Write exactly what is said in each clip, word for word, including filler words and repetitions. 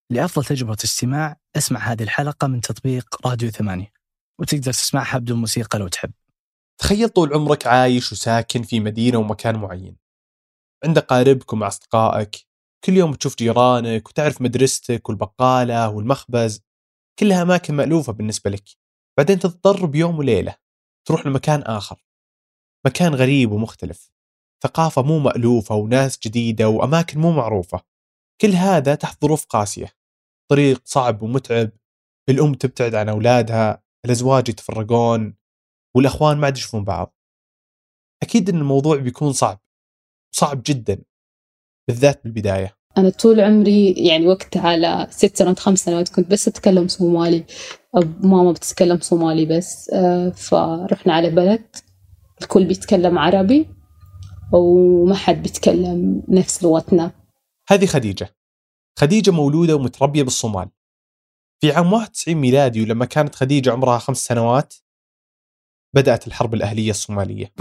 لأفضل تجربة استماع اسمع هذه الحلقة من تطبيق راديو ثمانية، وتقدر تسمعها بدون موسيقى لو تحب. تخيل طول عمرك عايش وساكن في مدينة ومكان معين، عندك قاربك ومع أصدقائك، كل يوم تشوف جيرانك وتعرف مدرستك والبقالة والمخبز، كلها أماكن مألوفة بالنسبة لك. بعدين تضطر بيوم وليلة تروح لمكان آخر، مكان غريب ومختلف، ثقافة مو مألوفة وناس جديدة وأماكن مو معروفة. كل هذا تحت ظروف قاسية، طريق صعب ومتعب، الأم تبتعد عن أولادها، الأزواج يتفرقون، والأخوان ما عاد يشوفون بعض. أكيد أن الموضوع بيكون صعب صعب جدا، بالذات بالبداية. أنا طول عمري يعني وقتها على ست سنوات خمس سنوات كنت بس أتكلم صومالي، ماما بتتكلم صومالي بس. فرحنا على بلد الكل بيتكلم عربي وما حد بيتكلم نفس لغتنا. هذه خديجة. خديجة مولودة ومتربية بالصومال في عام واحد وتسعين ميلادي، ولما كانت خديجة عمرها خمس سنوات بدأت الحرب الأهلية الصومالية.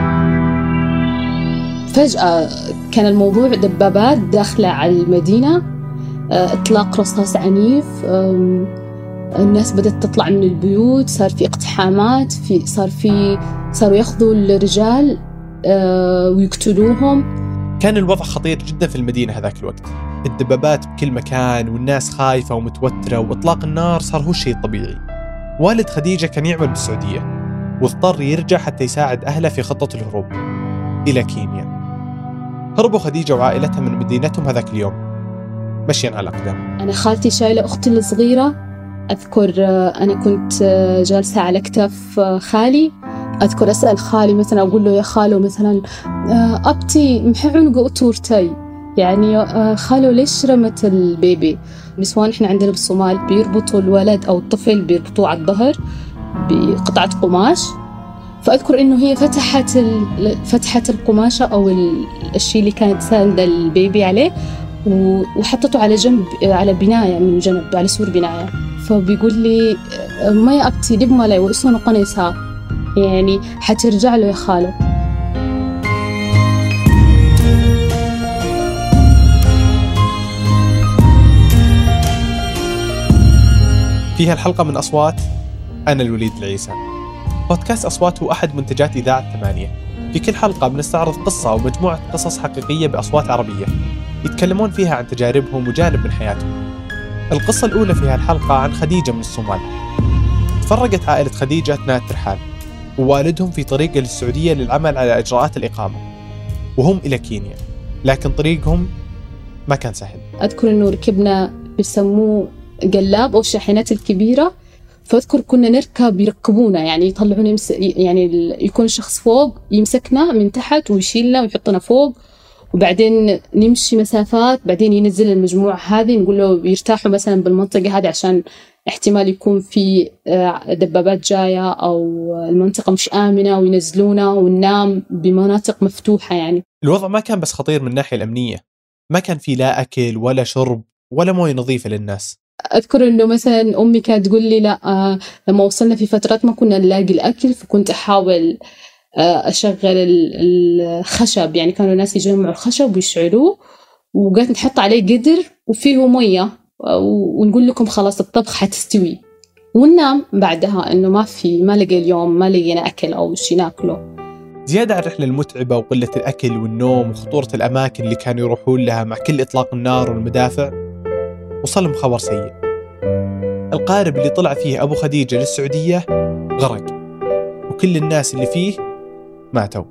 فجأة كان الموضوع دبابات داخلة على المدينة، إطلاق رصاص عنيف، الناس بدأت تطلع من البيوت، صار في اقتحامات، في صار في صاروا يأخذوا الرجال ويقتلوهم. كان الوضع خطير جدا في المدينة هذاك الوقت، الدبابات بكل مكان والناس خايفة ومتوترة، وإطلاق النار صار هو الشيء الطبيعي. والد خديجة كان يعمل بالسعودية واضطر يرجع حتى يساعد أهله في خطة الهروب إلى كينيا. هربوا خديجة وعائلتها من مدينتهم هذاك اليوم مشيا على الأقدام. أنا خالتي شايلة أختي الصغيرة، أذكر أنا كنت جالسة على كتف خالي، أذكر أسأل خالي مثلا، أقول له يا خالو مثلا أبتي محي عنقه أطورتي، يعني خالو ليش رمت البيبي؟ نسوان إحنا عندنا بالصومال بيربطوا الولد أو الطفل بيربطوه على الظهر بقطعة قماش، فأذكر إنه هي فتحت فتحت القماشة أو الشيء اللي كانت ساندة البيبي عليه وحطته على جنب على بناية من جنب على سور بناية. فبيقول لي ما يا أبتي دب مالاي وإسمه قنيسها، يعني حترجع له يا خاله. فيها الحلقة من أصوات. أنا الوليد العيسى. بودكاست أصوات هو أحد منتجات إذاعة ثمانية. في كل حلقة بنستعرض قصة أو مجموعة قصص حقيقية بأصوات عربية يتكلمون فيها عن تجاربهم وجانب من حياتهم. القصة الأولى في هالحلقة عن خديجة من الصومال. تفرقت عائلة خديجة أثناء الترحال، ووالدهم في طريقه للسعودية للعمل على إجراءات الإقامة، وهم إلى كينيا، لكن طريقهم ما كان سهل. أذكر أنه ركبنا بيسموه قلاب أو الشاحنات الكبيرة، فأذكر كنا نركب يركبونا، يعني يطلعون يمس... يعني يكون الشخص فوق يمسكنا من تحت ويشيلنا ويحطنا فوق، وبعدين نمشي مسافات، بعدين ينزل المجموعة هذه نقول له يرتاحوا مثلا بالمنطقة هذه عشان احتمال يكون في دبابات جاية أو المنطقة مش آمنة، وينزلونا وننام بمناطق مفتوحة. يعني الوضع ما كان بس خطير من الناحية الأمنية، ما كان في لا أكل ولا شرب ولا موية نظيفة للناس. أذكر إنه مثلا أمي كانت تقول لي لا، آه لما وصلنا في فترات ما كنا نلاقي الأكل، فكنت أحاول آه أشغل الخشب، يعني كانوا الناس يجمعوا الخشب ويشعلوه، وقلت نحط عليه قدر وفيه مية ونقول لكم خلاص الطبخ حتستوي، وننام بعدها إنه ما في ما لقي اليوم ما لقينا أكل أو شيء ناكله. زيادة على الرحلة المتعبة وقلة الأكل والنوم وخطورة الأماكن اللي كانوا يروحون لها مع كل إطلاق النار والمدافع، وصلهم خبر سيء. القارب اللي طلع فيه أبو خديجة للسعودية غرق، وكل الناس اللي فيه ماتوا.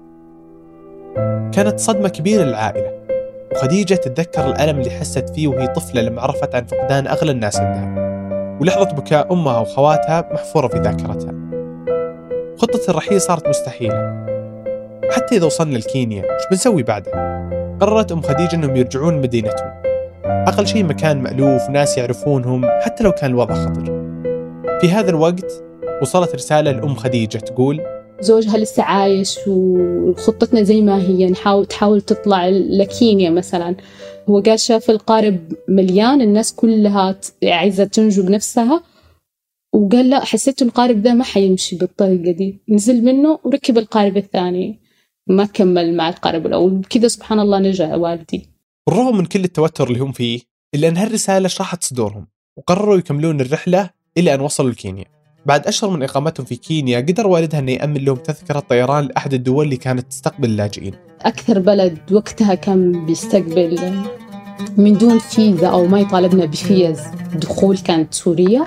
كانت صدمة كبيرة للعائلة، وخديجة تتذكر الألم اللي حست فيه وهي طفلة لما عرفت عن فقدان أغلى الناس عندها، ولحظة بكاء أمها وخواتها محفورة في ذاكرتها. خطة الرحيل صارت مستحيلة. حتى إذا وصلنا لكينيا وش بنسوي بعدها؟ قررت أم خديجة أنهم يرجعون مدينتهم، أقل شيء مكان مألوف وناس يعرفونهم حتى لو كان الوضع خطر. في هذا الوقت وصلت رسالة لأم خديجة تقول زوجها لسه عايش وخطتنا زي ما هي، نحاول تحاول تطلع لكينيا مثلا. هو قال شاف القارب مليان، الناس كلها عايزة تنجو بنفسها، وقال لا، حسيت القارب ده ما حيمشي بالطريقة دي، نزل منه وركب القارب الثاني، ما كمل مع القارب الأول. كذا سبحان الله نجا والدي. بالرغم من كل التوتر اللي هم فيه، إلا أن هالرسالة شرحت صدورهم وقرروا يكملون الرحلة إلى أن وصلوا لكينيا. بعد أشهر من إقامتهم في كينيا قدر والدها أن يأمن لهم تذكرة طيران لأحد الدول اللي كانت تستقبل اللاجئين. أكثر بلد وقتها كان بيستقبل من دون فيزا أو ما يطالبنا بفيز دخول كانت سوريا.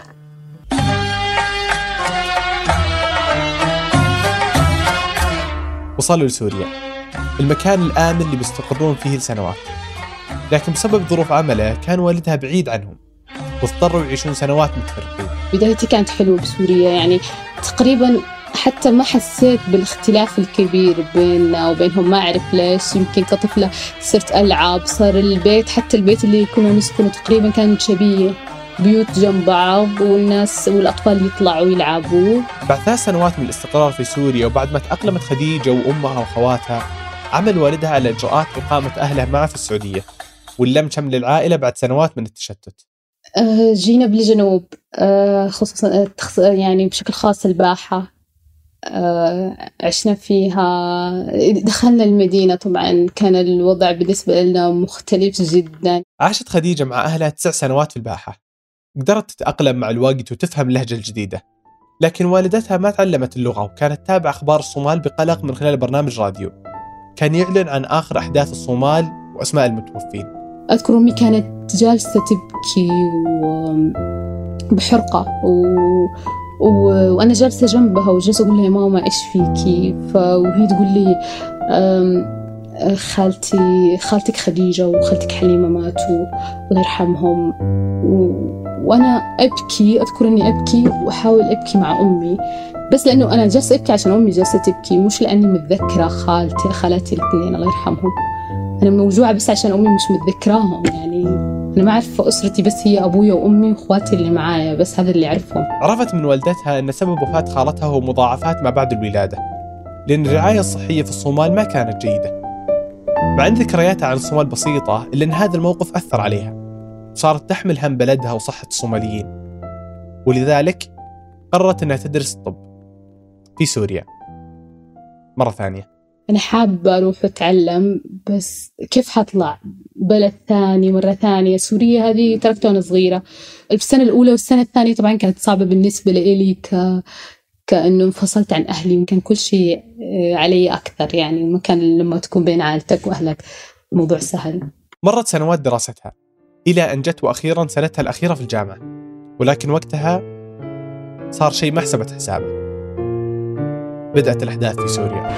وصلوا لسوريا، المكان الآمن اللي بيستقرون فيه لسنوات، لكن بسبب ظروف عمله كان والدها بعيد عنهم واضطروا يعيشون سنوات متفرقين. بدايتي كانت حلوة بسوريا، يعني تقريبا حتى ما حسيت بالاختلاف الكبير بيننا وبينهم، ما أعرف ليش. يمكن كطفلة صرت ألعب، صار البيت حتى البيت اللي كنا نسكنه تقريبا كانت شبيه بيوت جنب بعض والناس والأطفال يطلعوا يلعبوا. بعد ثلاث سنوات من الاستقرار في سوريا وبعد ما تأقلمت خديجة وأمها وأخواتها، عمل والدها على إجراءات إقامة أهلها معه في السعودية واللم شمل العائلة بعد سنوات من التشتت. أه جينا بالجنوب، أه خصوصا يعني بشكل خاص الباحة، أه عشنا فيها. دخلنا المدينة، طبعا كان الوضع بالنسبة لنا مختلف جدا. عاشت خديجة مع أهلها تسع سنوات في الباحة، قدرت تتأقلم مع الوقت وتفهم اللهجة الجديدة، لكن والدتها ما تعلمت اللغة وكانت تتابع أخبار الصومال بقلق من خلال برنامج راديو كان يعلن عن آخر أحداث الصومال وأسماء المتوفين. أذكر أمي كانت جالسة تبكي بحرقة و... و... وأنا جالسة جنبها وجالسة أقول لها يا ماما إيش فيكي؟ وهي تقول لي أم... خالتي خالتك خديجة وخالتك حليمة ماتوا الله يرحمهم. و... وأنا أبكي، أذكر أني أبكي وأحاول أبكي مع أمي، بس لأنه أنا جالسة أبكي عشان أمي جالسة تبكي، مش لأني متذكرة خالتي خالاتي الاثنين الله يرحمهم. أنا موجوعة بس عشان أمي مش متذكراهم، يعني أنا ما أعرف أسرتي بس هي أبويا وأمي وأخواتي اللي معايا، بس هذا اللي أعرفهم. عرفت من والدتها أن سبب وفاة خالتها هو مضاعفات ما بعد الولادة، لأن الرعاية الصحية في الصومال ما كانت جيدة. مع أن ذكرياتها عن الصومال بسيطة، إلا أن هذا الموقف أثر عليها، صارت تحمل هم بلدها وصحة الصوماليين، ولذلك قررت أنها تدرس الطب في سوريا مرة ثانية. أنا حابة أروح أتعلم، بس كيف حطلع بلد ثاني مرة ثانية؟ سوريا هذه تركتها وأنا صغيرة. السنة الأولى والسنة الثانية طبعا كانت صعبة بالنسبة لي ك... كأنه انفصلت عن أهلي وكان كل شيء علي أكثر، يعني ما كان لما تكون بين عائلتك وأهلك موضوع سهل. مرت سنوات دراستها إلى أن جت وأخيرا سنتها الأخيرة في الجامعة، ولكن وقتها صار شيء ما حسبت حسابه. بدأت الأحداث في سوريا.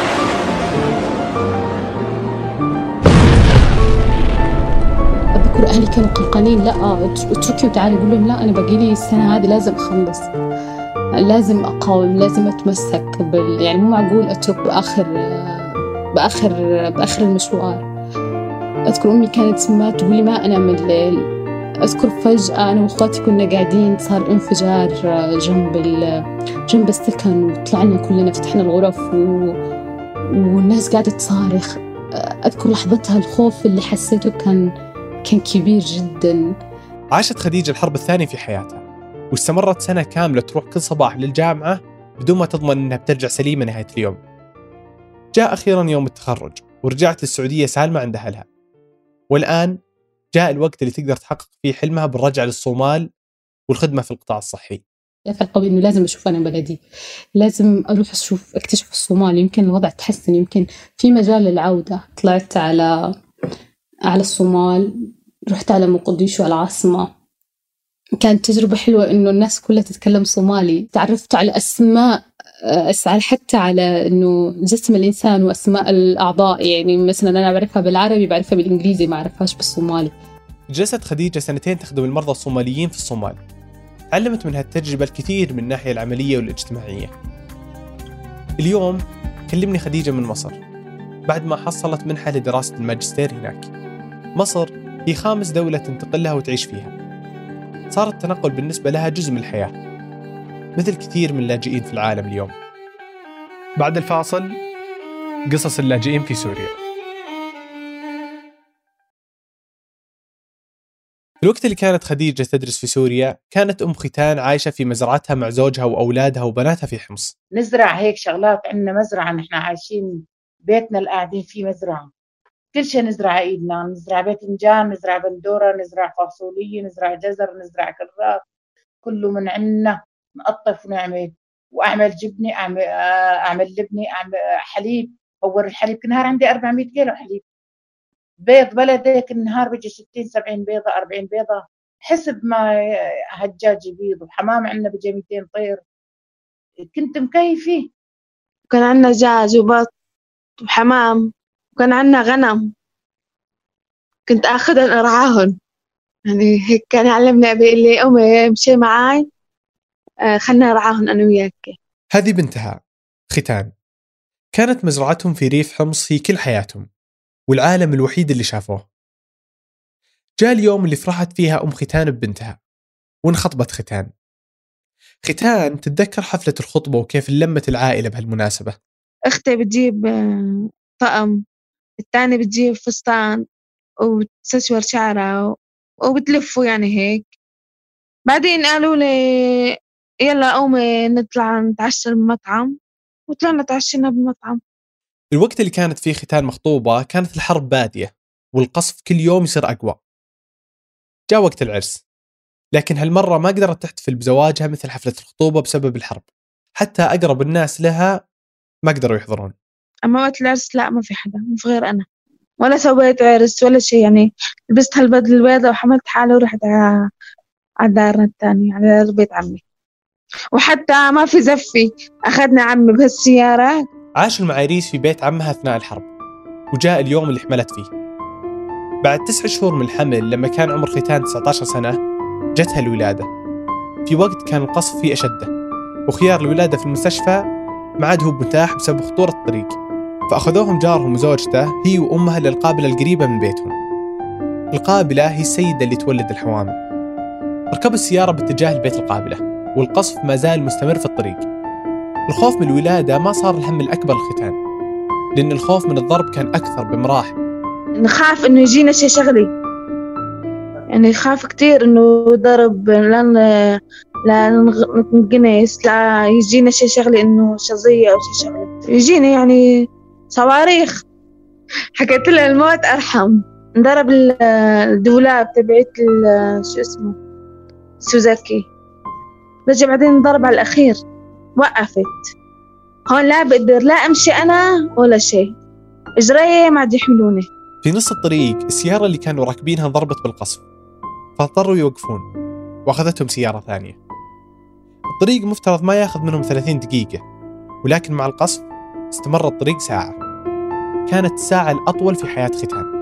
أذكر أهلي كانوا قلقانين، لا اتركي وتعالي، أقول لهم لا أنا باقي لي السنة هذه لازم أخلص، لازم أقاوم، لازم أتمسك بال... يعني مو معقول أترك بآخر بآخر بآخر المشوار. أذكر أمي كانت ما تقولي ما أنام من الليل. أذكر فجأة أنا وأخواتي كنا قاعدين، صار انفجار جنب ال... جنب السكن، وطلعنا كلنا فتحنا الغرف و... والناس قاعدة تصارخ. أذكر لحظتها الخوف اللي حسيته كان كان كبير جدا. عاشت خديجة الحرب الثانية في حياتها، واستمرت سنة كاملة تروح كل صباح للجامعة بدون ما تضمن أنها بترجع سليمة نهاية اليوم. جاء أخيرا يوم التخرج ورجعت للسعودية سالمة عند أهلها، والآن جاء الوقت اللي تقدر تحقق فيه حلمها بالرجعة للصومال والخدمة في القطاع الصحي. دافع قوي إنه لازم أشوف أنا بلدي، لازم أروح أشوف أكتشف الصومال، يمكن الوضع تحسن، يمكن في مجال للعودة. طلعت على على الصومال، رحت على مقديشو العاصمة، كانت تجربة حلوة إنه الناس كلها تتكلم صومالي. تعرفت على أسماء أسأل حتى على إنه جسم الإنسان وأسماء الأعضاء، يعني مثلا أنا بعرفها بالعربي بعرفها بالإنجليزي ما أعرفهاش بالصومالي. جلست خديجة سنتين تخدم المرضى الصوماليين في الصومال، علمت منها التجربة الكثير من الناحية العملية والاجتماعية. اليوم كلمني خديجة من مصر بعد ما حصلت منحة لدراسة الماجستير هناك. مصر هي خامس دولة تنتقل لها وتعيش فيها، صار التنقل بالنسبة لها جزء من الحياة مثل كثير من اللاجئين في العالم اليوم. بعد الفاصل قصص اللاجئين في سوريا. في الوقت اللي كانت خديجة تدرس في سوريا، كانت أم ختان عايشة في مزرعتها مع زوجها وأولادها وبناتها في حمص. نزرع هيك شغلات، عندنا مزرعة، نحن عايشين بيتنا اللي قاعدين فيه مزرعة، كل شيء نزرع إيدنا، نزرع باذنجان، نزرع بندورة، نزرع فاصولية، نزرع جزر، نزرع كرات، كله من عنا، نقطف ونعمل، وأعمل جبنة، أعمل أعمل لبنة، أعمل حليب، هور الحليب كل نهار عندي أربعمية كيلو حليب. بيض بلدي كل نهار بيجي ستين سبعين بيضة أربعين بيضة حسب ما هالجاج يبيض، وحمام عندنا بيجي مئتين طير. كنت مكيفة. كان عندنا دجاج وبط وحمام، وكان عندنا غنم كنت آخذهم أرعاهم. يعني هيك كان يعلمني أبي لي أمي امشي معاي، آه خلنا أرعاهم أنا وياك. هذه بنتها ختان، كانت مزرعتهم في ريف حمص هي كل حياتهم والعالم الوحيد اللي شافوه. جاء اليوم اللي فرحت فيها أم ختان ببنتها وانخطبت ختان. ختان تتذكر حفلة الخطبة وكيف لمت العائلة بهالمناسبة. أختي بتجيب طقم، الثاني بتجيب فستان وتستشور شعرها وبتلفوا يعني هيك. بعدين قالوا لي يلا قومي نطلع نتعشى بالمطعم، وطلعنا تعشينا بالمطعم. الوقت اللي كانت فيه ختان مخطوبة كانت الحرب بادية والقصف كل يوم يصير أقوى. جاء وقت العرس، لكن هالمرة ما قدرت تحتفل بزواجها مثل حفلة الخطوبة بسبب الحرب. حتى أقرب الناس لها ما قدروا يحضرون. أما وقت العرس لا، ما في حدا، مش غير أنا، ولا سويت عرس ولا شيء. يعني لبست هالبدلة البيضاء وحملت حالي ورحت على على دارنا الثاني، على دار بيت عمي. وحتى ما في زفي، أخذنا عمي بهالسيارة. عاش المعايريس في بيت عمها أثناء الحرب، وجاء اليوم اللي حملت فيه. بعد تسع شهور من الحمل، لما كان عمر ختان تسعة عشر سنة، جتها الولادة في وقت كان القصف فيه أشده، وخيار الولادة في المستشفى ما عاد هو متاح بسبب خطورة الطريق. فأخذوهم جارهم وزوجته هي وأمها للقابلة القريبة من بيتهم. القابلة هي السيدة اللي تولد الحوامل. ركبوا السيارة باتجاه البيت القابلة، والقصف ما زال مستمر في الطريق. الخوف من الولادة ما صار الهم الأكبر للختان، لأن الخوف من الضرب كان أكثر بمراحل. نخاف إنه يجينا شيء شغلي، يعني خاف كتير إنه ضرب، لأن لا نقنيس، لا يجينا شيء شغلي، إنه شظية أو شيء شغلي يجينا، يعني صواريخ. حكيت له الموت أرحم. انضرب الدولاب تبعت شو اسمه سوزاكي، رجع بعدين انضرب على الأخير، وقفت هون لا بقدر لا أمشي أنا ولا شيء، إجري ما عاد يحملوني. في نص الطريق السيارة اللي كانوا راكبينها انضربت بالقصف، فاضطروا يوقفون وأخذتهم سيارة ثانية. الطريق مفترض ما ياخذ منهم ثلاثين دقيقة، ولكن مع القصف استمر الطريق ساعة. كانت الساعة الأطول في حياة ختان.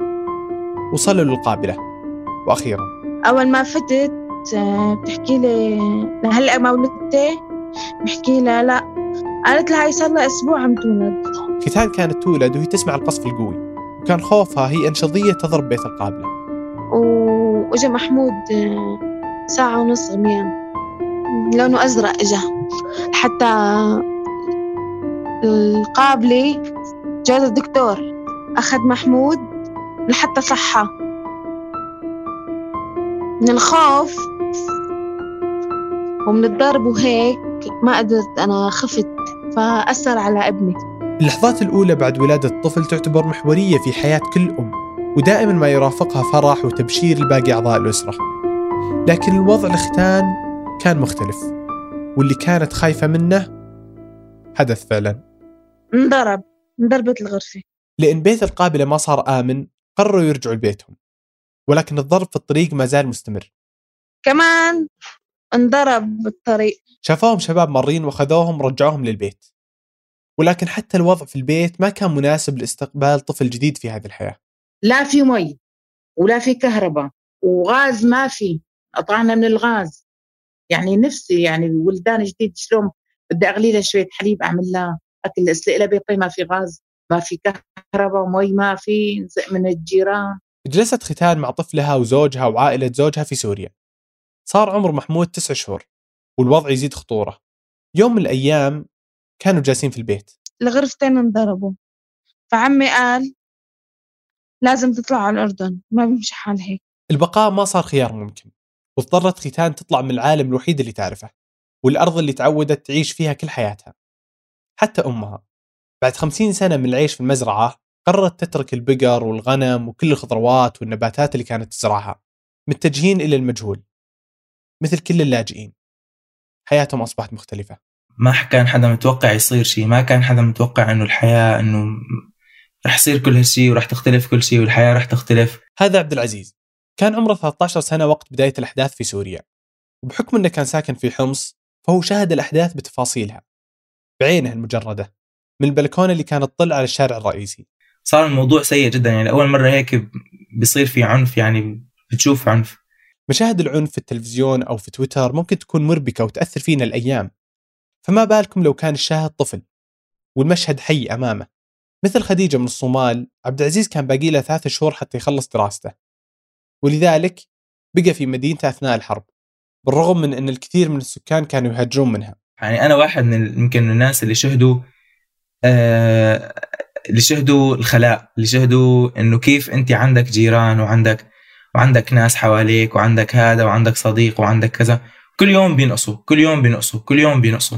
وصلوا للقابلة، وأخيرا أول ما فتت بتحكي لي هلأ ما ولدتي؟ بحكي لها لا. قالت لها هاي صار لها أسبوع عم تولد. ختان كانت تولد وهي تسمع القصف القوي، وكان خوفها هي أنشضية تضرب بيت القابلة. وإجا محمود ساعة ونص غميان، لونه أزرق إجا. حتى القابلة جاء الدكتور أخذ محمود لحتى صحة من الخوف ومن الضرب، وهيك ما قدرت أنا، خفت فأثر على ابني. اللحظات الأولى بعد ولادة الطفل تعتبر محورية في حياة كل أم، ودائما ما يرافقها فرح وتبشير لباقي أعضاء الأسرة. لكن الوضع لختان كان مختلف، واللي كانت خايفة منه حدث فعلا. انضرب انضربت الغرفة. لأن بيت القابلة ما صار آمن، قرروا يرجعوا لبيتهم، ولكن الضرب في الطريق ما زال مستمر. كمان انضرب بالطريق. شافوهم شباب مارين وخذوهم رجعوهم للبيت، ولكن حتى الوضع في البيت ما كان مناسب لاستقبال طفل جديد في هذه الحياة. لا في مي ولا في كهرباء وغاز، ما في، قطعنا من الغاز. يعني نفسي يعني ولدان جديد شلون بدي أغلي له شوية حليب، أعمل له أكل، أسلق له بيضة، ما في غاز، ما في كهرباء ومي، ما في، نزق من الجيران. جلست ختان مع طفلها وزوجها وعائلة زوجها في سوريا. صار عمر محمود تسع شهور والوضع يزيد خطورة. يوم من الأيام كانوا جالسين في البيت، الغرفتين انضربوا، فعمي قال لازم تطلع على الأردن، ما بيمشي حال هيك. البقاء ما صار خيار ممكن، واضطرت ختان تطلع من العالم الوحيد اللي تعرفه والأرض اللي تعودت تعيش فيها كل حياتها. حتى أمها بعد خمسين سنة من العيش في المزرعة قررت تترك البقر والغنم وكل الخضروات والنباتات اللي كانت تزرعها، متجهين إلى المجهول مثل كل اللاجئين. حياتهم أصبحت مختلفة. ما كان حدا متوقع يصير شيء، ما كان حدا متوقع إنه الحياة إنه رح يصير كل هالشيء ورح تختلف كل شيء والحياة رح تختلف. هذا عبد العزيز كان عمره ثلاثة عشر سنة وقت بداية الأحداث في سوريا، وبحكم أنه كان ساكن في حمص فهو شاهد الأحداث بتفاصيلها بعينه المجردة من البلكونة اللي كانت تطل على الشارع الرئيسي. صار الموضوع سيء جدا، يعني أول مرة هيك بيصير في عنف، يعني بتشوف عنف. مشاهد العنف في التلفزيون أو في تويتر ممكن تكون مربكة وتأثر فينا الأيام، فما بالكم لو كان الشاهد طفل والمشهد حي أمامه. مثل خديجة من الصومال، عبد العزيز كان باقي له ثلاثة شهور حتى يخلص دراسته، ولذلك بقى في مدينته أثناء الحرب، بالرغم من أن الكثير من السكان كانوا يهاجرون منها. يعني أنا واحد من يمكن الناس اللي شهدوا آه اللي شهدوا الخلاء، اللي شهدوا إنه كيف أنت عندك جيران وعندك وعندك ناس حواليك وعندك هذا وعندك صديق وعندك كذا، كل يوم بينقصوا كل يوم بينقصوا كل يوم بينقصوا.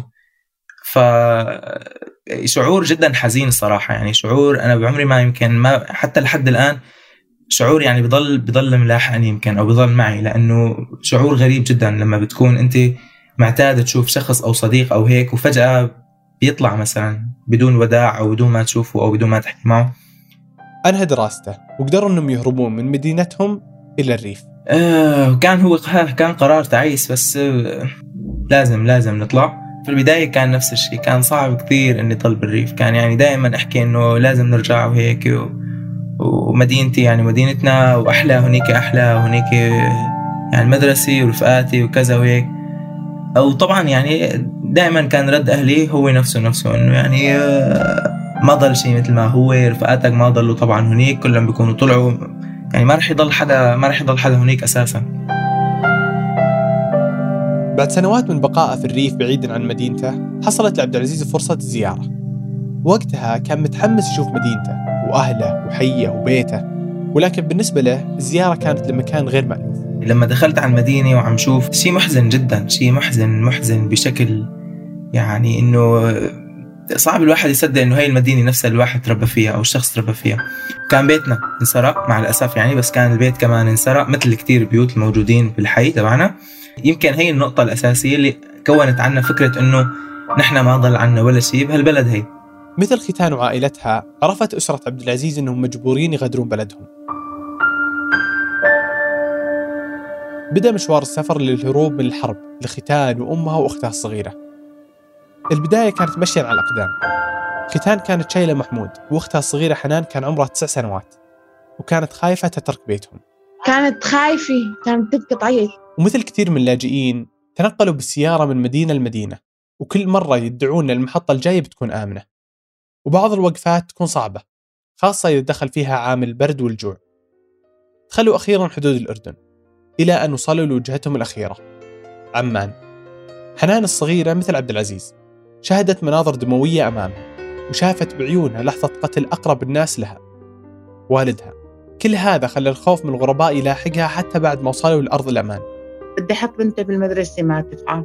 فشعور جدا حزين الصراحة، يعني شعور أنا بعمري ما يمكن ما حتى لحد الآن شعور يعني بضل بضل ملاحقني يمكن أو بضل معي، لأنه شعور غريب جدا لما بتكون أنت معتاد تشوف شخص أو صديق أو هيك وفجأة بيطلع مثلا بدون وداع أو بدون ما تشوفه أو بدون ما تحكي معه. أنهى دراسته وقدروا أنهم يهربون من مدينتهم إلى الريف. آه كان هو كان قرار تعيس، بس آه لازم لازم نطلع. في البداية كان نفس الشيء، كان صعب كثير إني طل بالريف، كان يعني دائما أحكي إنه لازم نرجع وهيك و... ومدينتي يعني مدينتنا وأحلى هنيك أحلى وهنيك يعني مدرسي ورفقاتي وكذا وهيك. أو طبعا يعني دائما كان رد أهلي هو نفسه نفسه إنه يعني ما ضل شيء مثل ما هو، رفقاتك ما ضلوا طبعا هنيك، كلهم بيكونوا طلعوا، يعني ما رح يضل حدا ما رح يضل حدا هنيك أساسا. بعد سنوات من بقائه في الريف بعيدا عن مدينته، حصلت لعبد العزيز فرصة زيارة. وقتها كان متحمس يشوف مدينته وأهله وحيه وبيته، ولكن بالنسبة له الزيارة كانت لمكان غير مألوف. لما دخلت على المدينة وعم شوف شيء محزن جدا، شيء محزن محزن بشكل يعني إنه صعب الواحد يصدق إنه هاي المدينة نفسها الواحد تربى فيها أو الشخص تربى فيها. كان بيتنا انسرق مع الأسف يعني، بس كان البيت كمان انسرق مثل كتير بيوت الموجودين بالحي تبعنا. يمكن هي النقطة الأساسية اللي كونت عنا فكرة إنه نحن ما ضل عنا ولا شيء بهالبلد هي. مثل ختان وعائلتها، عرفت أسرة عبد العزيز أنهم مجبورين يغادرون بلدهم. بدأ مشوار السفر للهروب من الحرب لختان وأمها وأختها الصغيرة. البداية كانت مشيا على الأقدام. ختان كانت شايلة محمود، وأختها الصغيرة حنان كان عمرها تسع سنوات، وكانت خايفة تترك بيتهم. كانت خايفة، كانت تبكي تعيط. ومثل كثير من اللاجئين تنقلوا بالسيارة من مدينة لمدينة، وكل مرة يدعون أن المحطة الجاية بتكون آمنة، وبعض الوقفات تكون صعبة خاصة إذا دخل فيها عامل البرد والجوع. دخلوا أخيرا حدود الأردن إلى أن وصلوا لوجهتهم الأخيرة، عمان. حنان الصغيرة مثل عبد العزيز شهدت مناظر دموية أمامها، وشافت بعيونها لحظة قتل أقرب الناس لها، والدها. كل هذا خلى الخوف من الغرباء يلاحقها حتى بعد ما وصلوا لأرض الأمان. بدي أحط بنتي بالمدرسة ما تفعل،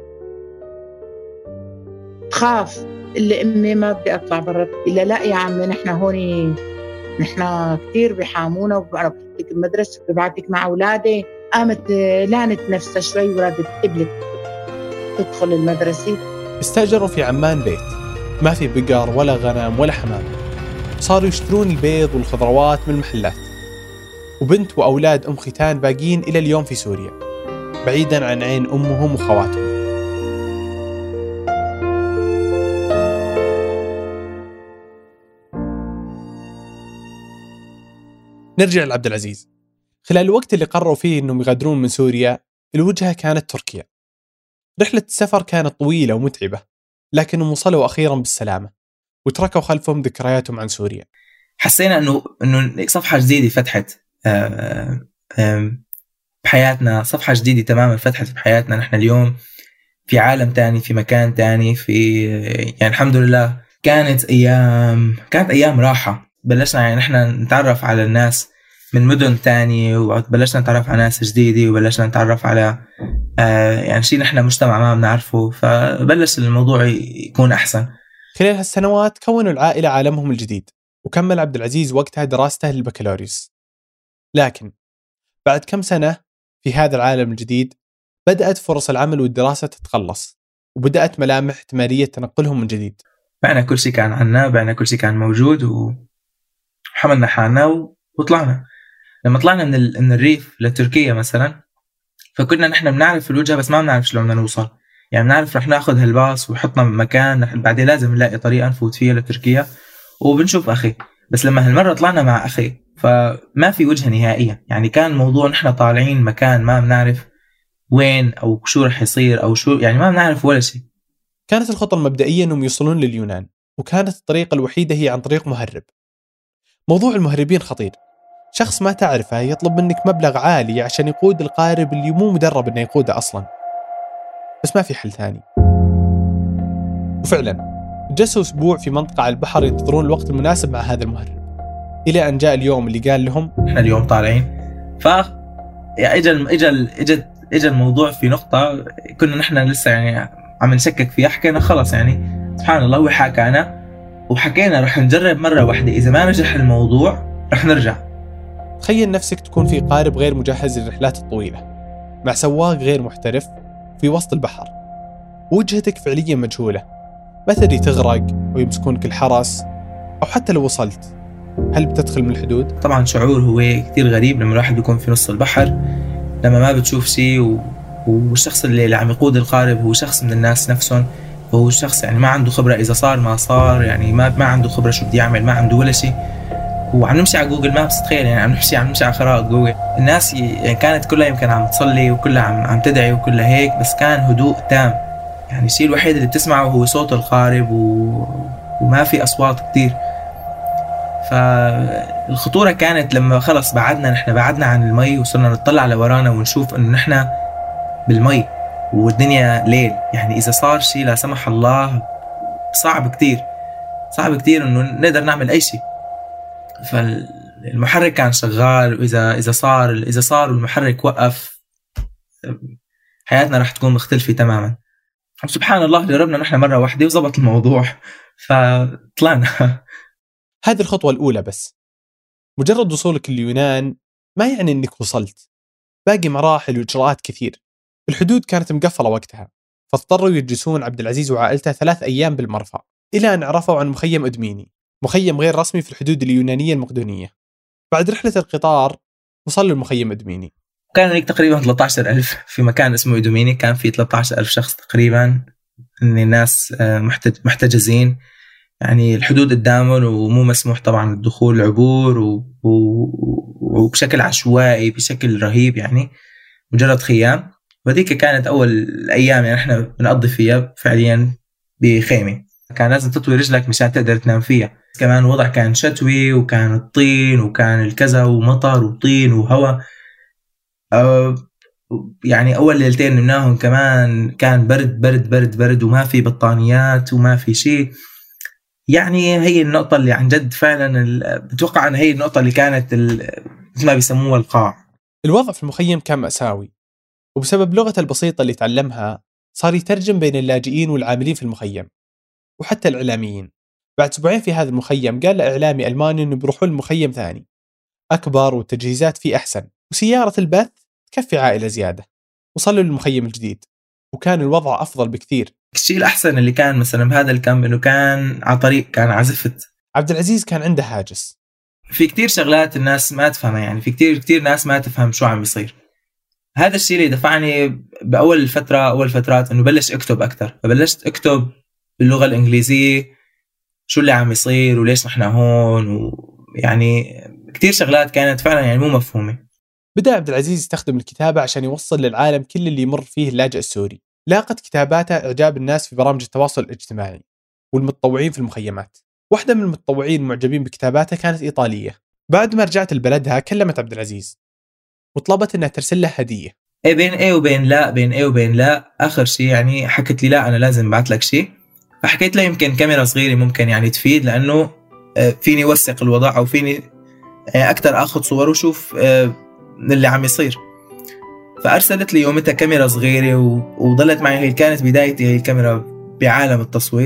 تخاف اللي أمي ما بدي أطلع برا. إلا لا يا عمي نحن هوني نحن كتير بيحامونا، وأنا بحطك المدرسة وببعتك مع أولادي. قامت لانت نفسها شوي ورادت قبلت تدخل المدرسة. استأجروا في عمان بيت ما في بقر ولا غنم ولا حمام، صاروا يشترون البيض والخضروات من المحلات. وبنت وأولاد أم ختان باقين إلى اليوم في سوريا، بعيداً عن عين أمهم وخواتهم. نرجع لعبد العزيز. خلال الوقت اللي قرروا فيه أنهم يغادرون من سوريا، الوجهة كانت تركيا. رحلة السفر كانت طويلة ومتعبة، لكنهم وصلوا أخيراً بالسلامة وتركوا خلفهم ذكرياتهم عن سوريا. حسينا أنه أنه صفحة جديدة فتحت بحياتنا، صفحة جديدة تماماً فتحت بحياتنا. نحن اليوم في عالم تاني، في مكان تاني، في يعني الحمد لله كانت أيام كانت أيام راحة. بلشنا يعني نحن نتعرف على الناس من مدن تانية، وبلشنا نتعرف على ناس جديدة، وبلشنا نتعرف على آه يعني شيء نحن مجتمع ما بنعرفه، فبلش الموضوع يكون أحسن. خلال هالسنوات كونوا العائلة عالمهم الجديد، وكمل عبد العزيز وقتها دراسته للبكالوريوس. لكن بعد كم سنة في هذا العالم الجديد بدأت فرص العمل والدراسة تتقلص، وبدأت ملامح احتمالية تنقلهم من جديد. بعنا كل شيء كان عنا، بعنا كل شيء كان موجود، وحملنا حالنا وطلعنا. لما طلعنا من, ال... من الريف لتركيا مثلا، فكنا نحن بنعرف الوجهة بس ما بنعرف شلون بدنا نوصل. يعني بنعرف رح ناخذ هالباص وحطنا بمكان، بعدين لازم نلاقي طريقة نفوت فيها لتركيا وبنشوف أخي. بس لما هالمرة طلعنا مع أخي فما في وجهة نهائية. يعني كان موضوع نحن طالعين مكان ما بنعرف وين أو شو رح يصير أو شو، يعني ما بنعرف ولا شيء. كانت الخطة المبدئية أنهم يوصلون لليونان، وكانت الطريقة الوحيدة هي عن طريق مهرب. موضوع المهربين خطير. شخص ما تعرفه يطلب منك مبلغ عالي عشان يقود القارب اللي مو مدرب انه يقوده اصلا. بس ما في حل ثاني. وفعلا جلسوا اسبوع في منطقة على البحر ينتظرون الوقت المناسب مع هذا المهرب، الى ان جاء اليوم اللي قال لهم احنا اليوم طالعين. ف يعني اجى اجى اجى اجى الموضوع في نقطة كنا نحن لسه يعني عم نشكك فيها. حكينا خلص يعني سبحان الله، هو حكانا وحكينا رح نجرب مرة واحدة، إذا ما نجح الموضوع رح نرجع. تخيل نفسك تكون في قارب غير مجهز للرحلات الطويلة، مع سواق غير محترف في وسط البحر، وجهتك فعليا مجهولة، ما تدري تغرق ويمسكونك الحرس، أو حتى لو وصلت هل بتدخل من الحدود؟ طبعا شعور هو كتير غريب لما الواحد يكون في نص البحر، لما ما بتشوف شيء و... والشخص اللي, اللي عم يقود القارب هو شخص من الناس نفسهم، وهو شخص يعني ما عنده خبرة، إذا صار ما صار، يعني ما ما عنده خبرة شو بدي يعمل، ما عنده ولا شيء. وعم نمشي على جوجل مابس، تخيل يعني عم نمشي عم نمشي على خرائط جوجل. الناس يعني كانت كلها يمكن عم تصلي وكلها عم عم تدعي وكلها هيك، بس كان هدوء تام. يعني الشيء الوحيد اللي بتسمعه هو صوت القارب و... وما في أصوات كتير. فالخطورة كانت لما خلص بعدنا نحن بعدنا عن المي، وصلنا نطلع لورانا ونشوف إنه نحن بالمي والدنيا ليل. يعني إذا صار شيء لا سمح الله صعب كتير، صعب كتير إنه نقدر نعمل أي شيء. فالمحرك كان شغال، وإذا إذا صار إذا صار المحرك وقف حياتنا راح تكون مختلفة تماما. سبحان الله جربنا نحن مرة واحدة وزبط الموضوع فطلعنا. هذه الخطوة الأولى بس. مجرد وصولك اليونان ما يعني أنك وصلت، باقي مراحل وإجراءات كثير. الحدود كانت مقفلة وقتها، فاضطروا يجلسون عبد العزيز وعائلته ثلاث أيام بالمرفأ، إلى أن عرفوا عن مخيم أدميني، مخيم غير رسمي في الحدود اليونانية المقدونية. بعد رحلة القطار وصلوا المخيم أدميني. كان هناك تقريبا ثلاثة عشر ألف في مكان اسمه أدميني، كان في ثلاثة عشر ألف شخص تقريبا، إن الناس محتجزين، يعني الحدود قدامهم ومو مسموح طبعا الدخول العبور و... و... وبشكل عشوائي بشكل رهيب، يعني مجرد خيام. وذيك كانت أول أيام يعني إحنا بنقضي فيها فعليا بخيمة، كان لازم تطوي رجلك مشان تقدر تنام فيها. كمان الوضع كان شتوي، وكان الطين وكان الكذا ومطر وطين وهواء. أه يعني أول ليلتين نمناهم كمان كان برد برد برد برد، وما في بطانيات وما في شيء. يعني هي النقطة اللي عن جد فعلا بتوقع أن هي النقطة اللي كانت مثل ما بيسموها القاع. الوضع في المخيم كان مأساوي، وبسبب لغته البسيطة اللي تعلمها صار يترجم بين اللاجئين والعاملين في المخيم وحتى الإعلاميين. بعد أسبوعين في هذا المخيم قال لإعلامي ألماني إنه بيروحوا المخيم ثاني أكبر والتجهيزات فيه أحسن وسيارة البث تكفي عائلة زيادة. وصلوا للمخيم الجديد وكان الوضع أفضل بكثير. الشيء الأحسن اللي كان مثلا بهذا الكامب إنه كان على طريق، كان عزفت. عبد العزيز كان عنده هاجس في كتير شغلات الناس ما تفهمها، يعني في كتير كتير ناس ما تفهم شو عم يصير. هذا الشيء اللي دفعني بأول الفترة أول فترات إنه بلش أكتب أكتر، فبلشت أكتب باللغة الإنجليزية شو اللي عم يصير وليش نحن هون، ويعني كتير شغلات كانت فعلا يعني مو مفهومة. بدأ عبد العزيز يستخدم الكتابة عشان يوصل للعالم كل اللي يمر فيه اللاجئ السوري. لاقت كتاباته إعجاب الناس في برامج التواصل الاجتماعي والمتطوعين في المخيمات. واحدة من المتطوعين المعجبين بكتاباته كانت إيطالية. بعد ما رجعت لبلدها كلمت عبد العزيز وطلبت إنها ترسل له هدية. إيه بين إيه وبين لا بين إيه وبين لا آخر شيء يعني حكت لي لا أنا لازم أبعث لك شيء. فحكيت له يمكن كاميرا صغيرة ممكن يعني تفيد، لأنه فيني وثق الوضع أو فيني أكتر أخذ صور وشوف من اللي عم يصير. فأرسلت لي يومتها كاميرا صغيرة وضلت معي. هي كانت بدايتي هي الكاميرا بعالم التصوير.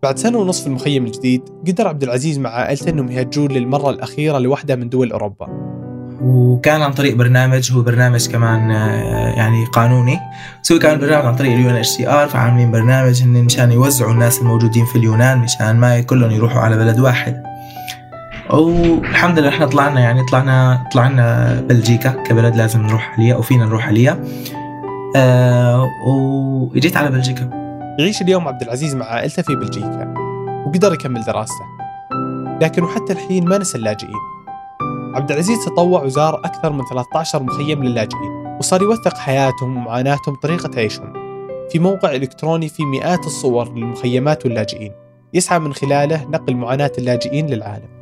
بعد سنة ونصف في المخيم الجديد قدر عبد العزيز مع عائلته أنهم يهاجرون للمرة الأخيرة لوحدة من دول أوروبا، وكان عن طريق برنامج، هو برنامج كمان يعني قانوني، سوي كان برنامج عن طريق اليو إن إتش سي آر، فعاملين برنامج إن مشان يوزعوا الناس الموجودين في اليونان مشان ما كلهم يروحوا على بلد واحد. والحمد لله إحنا طلعنا يعني طلعنا طلعنا بلجيكا كبلد لازم نروح عليها أو فينا نروح عليها، أه وجيت على بلجيكا. يعيش اليوم عبد العزيز مع عائلته في بلجيكا وقدر يكمل دراسته، لكن وحتى الحين ما نسى اللاجئين. عبد العزيز تطوع وزار أكثر من ثلاثة عشر مخيم للاجئين، وصار يوثق حياتهم ومعاناتهم طريقة عيشهم في موقع إلكتروني في مئات الصور للمخيمات واللاجئين، يسعى من خلاله نقل معاناة اللاجئين للعالم.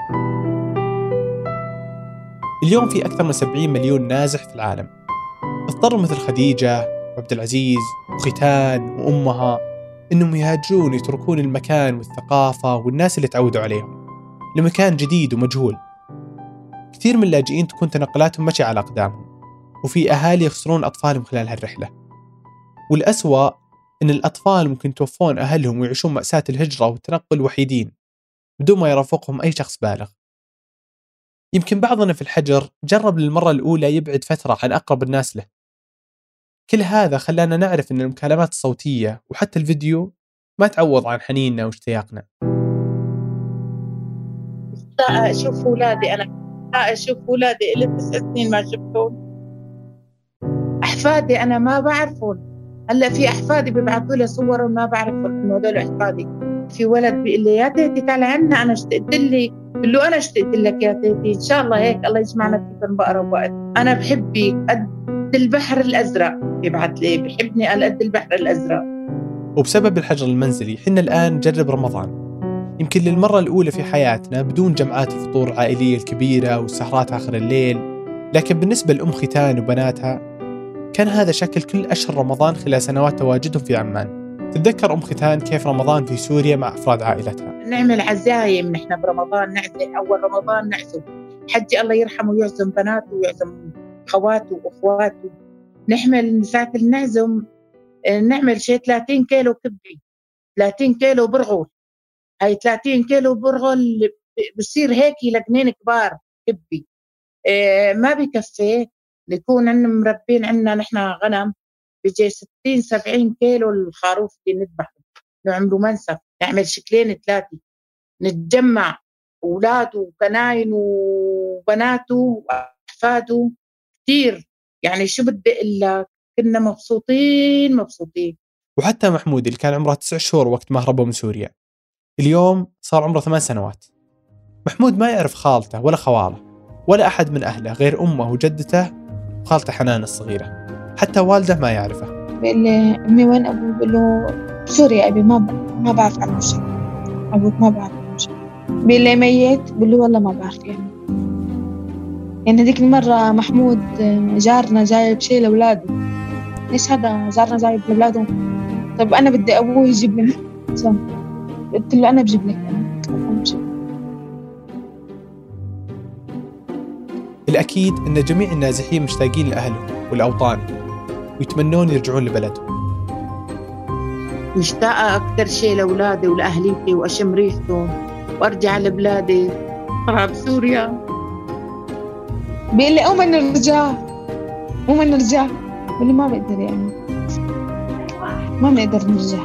اليوم في أكثر من سبعين مليون نازح في العالم، اضطروا مثل خديجة وعبد العزيز وختان وأمها إنهم يهاجرون ويتركون المكان والثقافة والناس اللي تعودوا عليهم لمكان جديد ومجهول. كثير من اللاجئين تكون تنقلاتهم مشي على أقدامهم، وفي أهالي يخسرون أطفالهم خلال هالرحلة، والأسوأ إن الأطفال ممكن توفون أهلهم ويعيشون مأساة الهجرة والتنقل وحيدين بدون ما يرافقهم أي شخص بالغ. يمكن بعضنا في الحجر جرب للمرة الأولى يبعد فترة عن أقرب الناس له. كل هذا خلانا نعرف إن المكالمات الصوتية وحتى الفيديو ما تعوض عن حنيننا واشتياقنا. لا أشوف أولادي، أنا لا أشوف أولادي إلي تسع سنين ما شفتهم. أحفادي أنا ما بعرفهم، هلا في أحفادي بيبعثوا لي صور ما بعرفهم إنه هذول أحفادي. في ولد بيقول لي يا تيتي تعال عنا، أنا اشتقت لي، بقول له أنا اشتقت لك يا تيتي، إن شاء الله هيك الله يجمعنا في بقرب وقت. أنا بحبك قد البحر الأزرق، يبعث لي بحبني على قد البحر الأزرق. وبسبب الحجر المنزلي حنا الآن نجرب رمضان، يمكن للمرة الأولى في حياتنا بدون جمعات الفطور العائلية الكبيرة والسهرات آخر الليل. لكن بالنسبة لأم ختان وبناتها كان هذا شكل كل أشهر رمضان خلال سنوات تواجدهم في عمان. تتذكر أم ختان كيف رمضان في سوريا مع أفراد عائلتها. نعمل عزايم نحن برمضان، نعزم أول رمضان نعزم حجي الله يرحمه يعزم بناته ويعزم خواته وأخواته. نحمل ساعة النعزم نعمل شيء ثلاثين كيلو كبي، ثلاثين كيلو برغل، هاي ثلاثين كيلو برغل بصير هيك لجنين كبار كبي. إيه ما بكفي، نكون عندنا مربين عندنا نحن غنم بيجي ستين سبعين كيلو الخروف اللي نذبحه، نعمله منسف، نعمل شكلين ثلاثة، نتجمع أولاده وكناين وبناته وأحفاده كتير، يعني شو بدي إلا كنا مبسوطين مبسوطين. وحتى محمود اللي كان عمره تسع شهور وقت ما هربوا من سوريا اليوم صار عمره ثمان سنوات. محمود ما يعرف خالته ولا خواله ولا أحد من أهله غير أمه وجدته وخالته حنان الصغيرة، حتى والده ما يعرفه. بيقول لي أمي وين أبوي؟ بقول له سوريا أبي، ما ما بعرف عنه شيء، أبوك ما بعرف عنه شيء. بيقول لي ميت؟ بقول له والله ما بعرف. يعني يعني هذيك المرة محمود جارنا جايب شيء لأولاده. ليش هذا جارنا جايب لأولاده؟ طب أنا بدي أبوي يجيب لي. قلت له أنا بجيب لك. أنا بجيب. الأكيد أن جميع النازحين مشتاقين لأهلهم والأوطان ويتمنون يرجعون لبلدهم. مشتاقة أكثر شيء لأولادي ولأهليتي وأشم ريحتهم وأرجع لبلادي أرى بسوريا. بيقول لي أوما نرجع أوما نرجع، بقول لي ما بقدر، يعني ما بنقدر نرجع.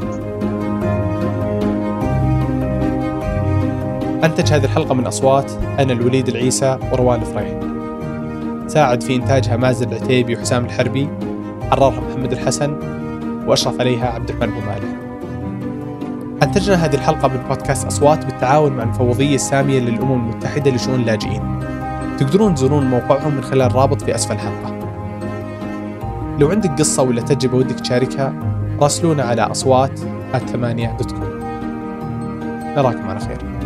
أنتج هذه الحلقة من أصوات أنا الوليد العيسى وروان الفريح. ساعد في إنتاجها مازن العتيبي وحسام الحربي، حررها محمد الحسن، وأشرف عليها عبد الرحمن أبو مالح. أنتجنا هذه الحلقة من بودكاست أصوات بالتعاون مع المفوضية السامية للأمم المتحدة لشؤون اللاجئين. تقدرون تزورون موقعهم من خلال الرابط في أسفل الحلقة. لو عندك قصة ولا تجربة ودك تشاركها راسلونا على أصوات آت ثمانية دوت كوم. نراكم على خير.